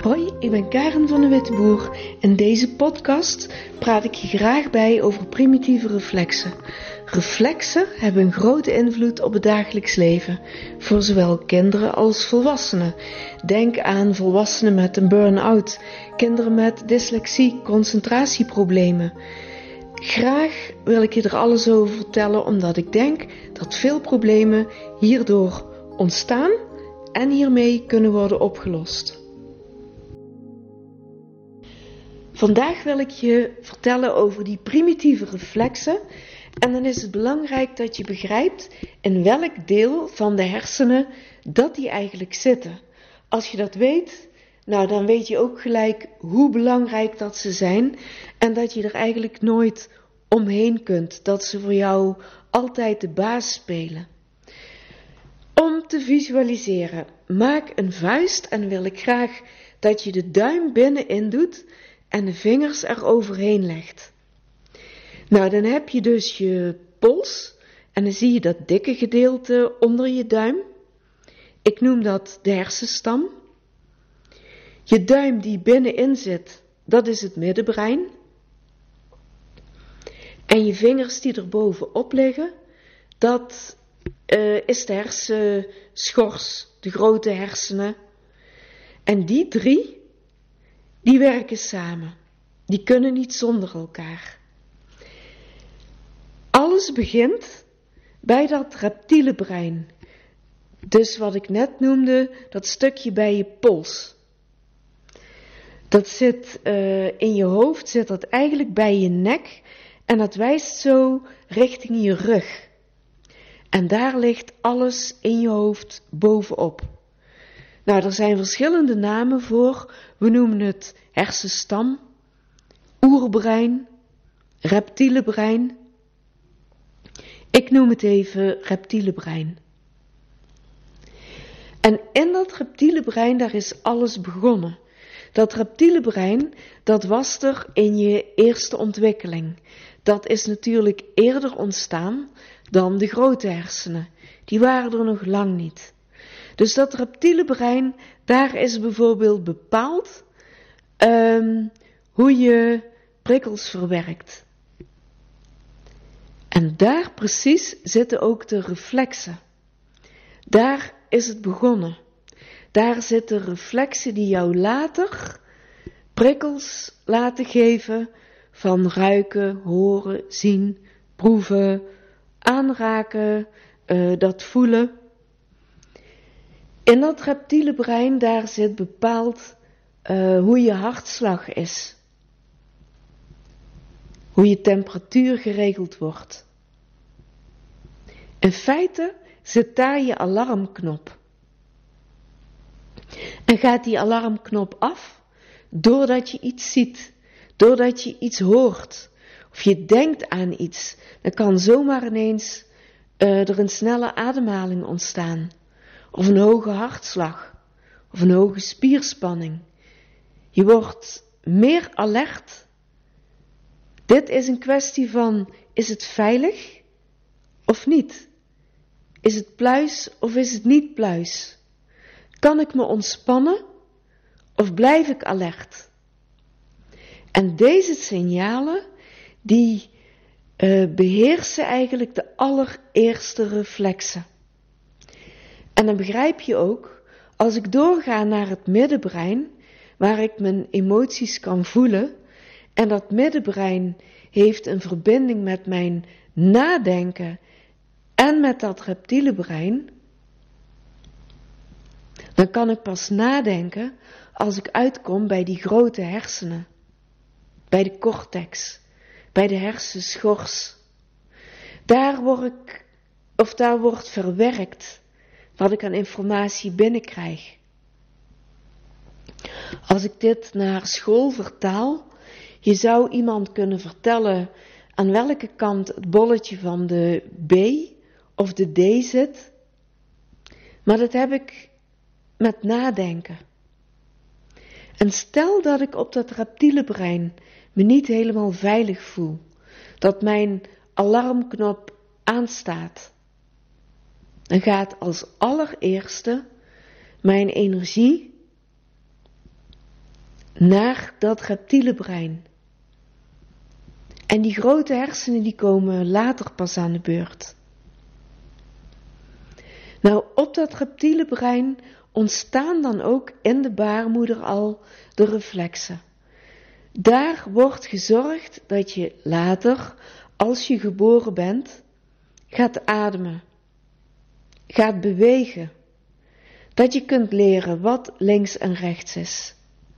Hoi, ik ben Karen van de Witteboer. In deze podcast praat ik je graag bij over primitieve reflexen. Reflexen hebben een grote invloed op het dagelijks leven, voor zowel kinderen als volwassenen. Denk aan volwassenen met een burn-out, kinderen met dyslexie, concentratieproblemen. Graag wil ik je er alles over vertellen, omdat ik denk dat veel problemen hierdoor ontstaan en hiermee kunnen worden opgelost. Vandaag wil ik je vertellen over die primitieve reflexen en dan is het belangrijk dat je begrijpt in welk deel van de hersenen dat die eigenlijk zitten. Als je dat weet, dan weet je ook gelijk hoe belangrijk dat ze zijn en dat je er eigenlijk nooit omheen kunt, dat ze voor jou altijd de baas spelen. Om te visualiseren, maak een vuist en dan wil ik graag dat je de duim binnenin doet en de vingers er overheen legt. Dan heb je dus je pols en dan zie je dat dikke gedeelte onder je duim. Ik noem dat de hersenstam. Je duim die binnenin zit, dat is het middenbrein. En je vingers die er bovenop liggen, dat is de hersenschors, de grote hersenen. En die drie, die werken samen. Die kunnen niet zonder elkaar. Alles begint bij dat reptiele brein. Dus wat ik net noemde, dat stukje bij je pols. Dat zit in je hoofd, zit dat eigenlijk bij je nek. En dat wijst zo richting je rug. En daar ligt alles in je hoofd bovenop. Er zijn verschillende namen voor. We noemen het hersenstam, oerbrein, reptiele brein. Ik noem het even reptiele brein. En in dat reptiele brein, daar is alles begonnen. Dat reptiele brein, dat was er in je eerste ontwikkeling. Dat is natuurlijk eerder ontstaan dan de grote hersenen. Die waren er nog lang niet. Dus dat reptiele brein, daar is bijvoorbeeld bepaald hoe je prikkels verwerkt. En daar precies zitten ook de reflexen. Daar is het begonnen. Daar zitten reflexen die jou later prikkels laten geven van ruiken, horen, zien, proeven, aanraken, dat voelen. In dat reptiele brein, daar zit bepaald hoe je hartslag is. Hoe je temperatuur geregeld wordt. In feite zit daar je alarmknop. En gaat die alarmknop af doordat je iets ziet, doordat je iets hoort, of je denkt aan iets, dan kan zomaar ineens er een snelle ademhaling ontstaan, of een hoge hartslag, of een hoge spierspanning. Je wordt meer alert. Dit is een kwestie van, is het veilig of niet? Is het pluis of is het niet pluis? Kan ik me ontspannen of blijf ik alert? En deze signalen, die beheersen eigenlijk de allereerste reflexen. En dan begrijp je ook, als ik doorga naar het middenbrein, waar ik mijn emoties kan voelen, en dat middenbrein heeft een verbinding met mijn nadenken en met dat reptiele brein, dan kan ik pas nadenken als ik uitkom bij die grote hersenen, bij de cortex, bij de hersenschors. Daar wordt verwerkt wat ik aan informatie binnenkrijg. Als ik dit naar school vertaal, je zou iemand kunnen vertellen aan welke kant het bolletje van de B of de D zit. Maar dat heb ik met nadenken. En stel dat ik op dat reptiele brein me niet helemaal veilig voel, dat mijn alarmknop aanstaat, dan gaat als allereerste mijn energie naar dat reptiele brein. En die grote hersenen die komen later pas aan de beurt. Nou, op dat reptiele brein ontstaan dan ook in de baarmoeder al de reflexen. Daar wordt gezorgd dat je later, als je geboren bent, gaat ademen, gaat bewegen. Dat je kunt leren wat links en rechts is.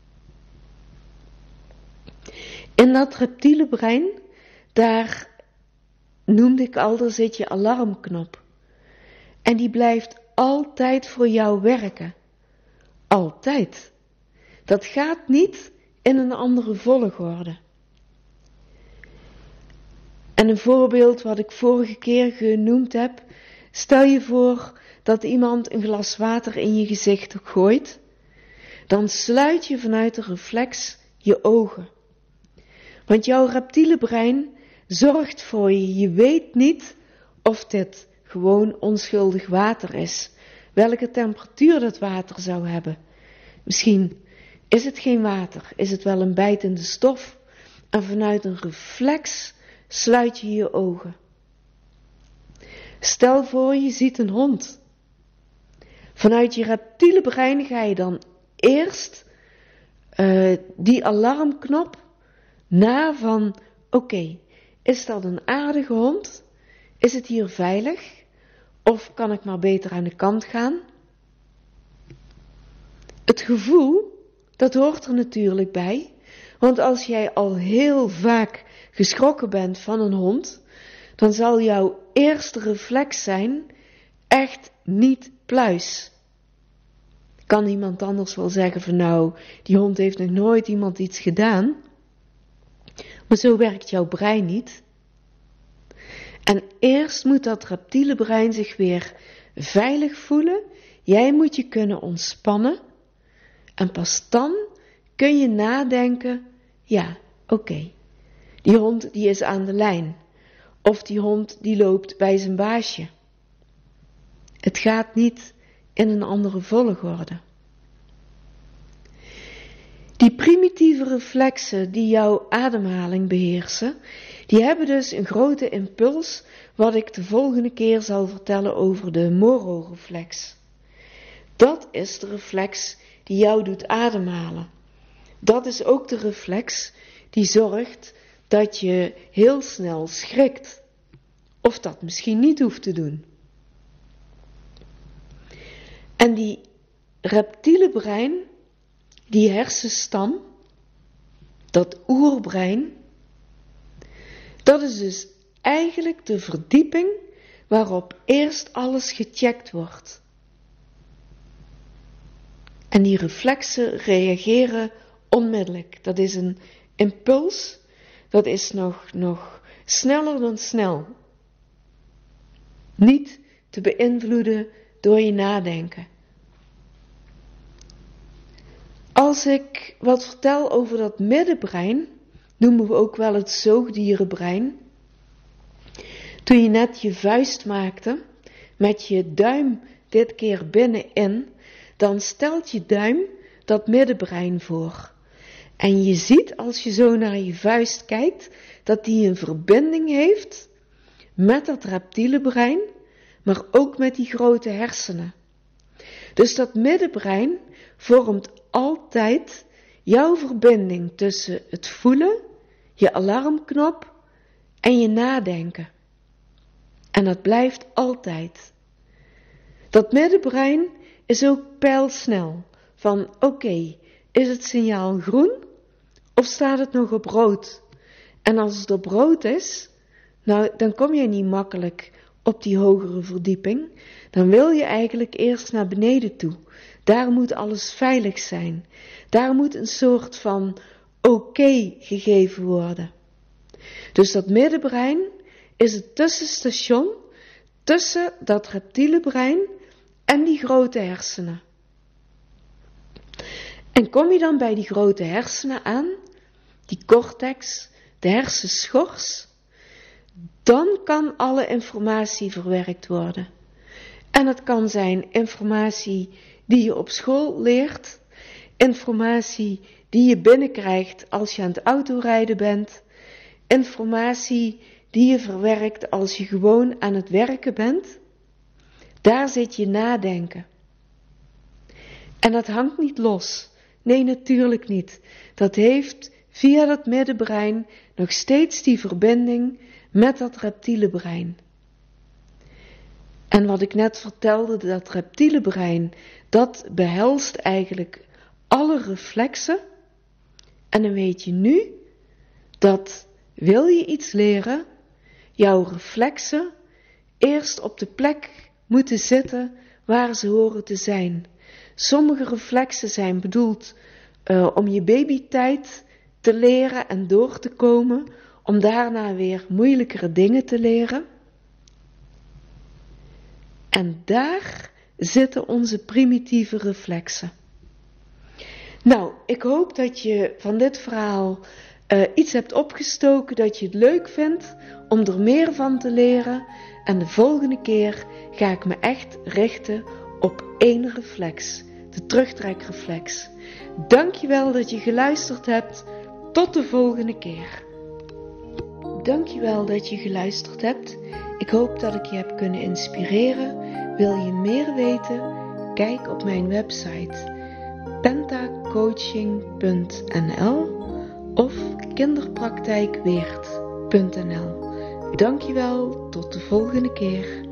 In dat reptiele brein, daar noemde ik al, daar zit je alarmknop. En die blijft altijd voor jou werken. Altijd. Dat gaat niet in een andere volgorde. En een voorbeeld wat ik vorige keer genoemd heb. Stel je voor dat iemand een glas water in je gezicht gooit. Dan sluit je vanuit de reflex je ogen. Want jouw reptiele brein zorgt voor je. Je weet niet of dit gewoon onschuldig water is. Welke temperatuur dat water zou hebben. Misschien is het geen water, is het wel een bijtende stof. En vanuit een reflex sluit je je ogen. Stel voor je ziet een hond. Vanuit je reptiele brein ga je dan eerst die alarmknop na van oké, is dat een aardige hond? Is het hier veilig? Of kan ik maar beter aan de kant gaan? Het gevoel, dat hoort er natuurlijk bij. Want als jij al heel vaak geschrokken bent van een hond, dan zal jouw eerste reflex zijn, echt niet pluis. Kan iemand anders wel zeggen van nou, die hond heeft nog nooit iemand iets gedaan. Maar zo werkt jouw brein niet. En eerst moet dat reptiele brein zich weer veilig voelen. Jij moet je kunnen ontspannen. En pas dan kun je nadenken, ja, oké, die hond die is aan de lijn. Of die hond die loopt bij zijn baasje. Het gaat niet in een andere volgorde. Die primitieve reflexen die jouw ademhaling beheersen, die hebben dus een grote impuls, wat ik de volgende keer zal vertellen over de Moro-reflex. Dat is de reflex die jou doet ademhalen. Dat is ook de reflex die zorgt dat je heel snel schrikt. Of dat misschien niet hoeft te doen. En die reptiele brein, die hersenstam, dat oerbrein, dat is dus eigenlijk de verdieping waarop eerst alles gecheckt wordt. En die reflexen reageren onmiddellijk. Dat is een impuls, dat is nog sneller dan snel. Niet te beïnvloeden door je nadenken. Als ik wat vertel over dat middenbrein, noemen we ook wel het zoogdierenbrein. Toen je net je vuist maakte, met je duim dit keer binnenin, dan stelt je duim dat middenbrein voor. En je ziet als je zo naar je vuist kijkt, dat die een verbinding heeft met dat reptiele brein, maar ook met die grote hersenen. Dus dat middenbrein vormt altijd jouw verbinding tussen het voelen, je alarmknop en je nadenken. En dat blijft altijd. Dat middenbrein is ook pijlsnel. Van oké, is het signaal groen of staat het nog op rood? En als het op rood is, nou dan kom je niet makkelijk op die hogere verdieping. Dan wil je eigenlijk eerst naar beneden toe. Daar moet alles veilig zijn. Daar moet een soort van oké gegeven worden. Dus dat middenbrein is het tussenstation tussen dat reptiele brein en die grote hersenen. En kom je dan bij die grote hersenen aan, die cortex, de hersenschors, dan kan alle informatie verwerkt worden. En het kan zijn informatie die je op school leert, informatie die je binnenkrijgt als je aan het autorijden bent, informatie die je verwerkt als je gewoon aan het werken bent. Daar zit je nadenken. En dat hangt niet los. Nee, natuurlijk niet. Dat heeft via dat middenbrein nog steeds die verbinding met dat reptiele brein. En wat ik net vertelde, dat reptiele brein, dat behelst eigenlijk alle reflexen. En dan weet je nu dat, wil je iets leren, jouw reflexen eerst op de plek moeten zitten waar ze horen te zijn. Sommige reflexen zijn bedoeld om je babytijd te leren en door te komen, om daarna weer moeilijkere dingen te leren. En daar zitten onze primitieve reflexen. Nou, ik hoop dat je van dit verhaal iets hebt opgestoken, dat je het leuk vindt om er meer van te leren. En de volgende keer ga ik me echt richten op één reflex, de terugtrekreflex. Dankjewel dat je geluisterd hebt. Tot de volgende keer. Dankjewel dat je geluisterd hebt. Ik hoop dat ik je heb kunnen inspireren. Wil je meer weten? Kijk op mijn website pentacoaching.nl of kinderpraktijkweert.nl. Dankjewel, tot de volgende keer.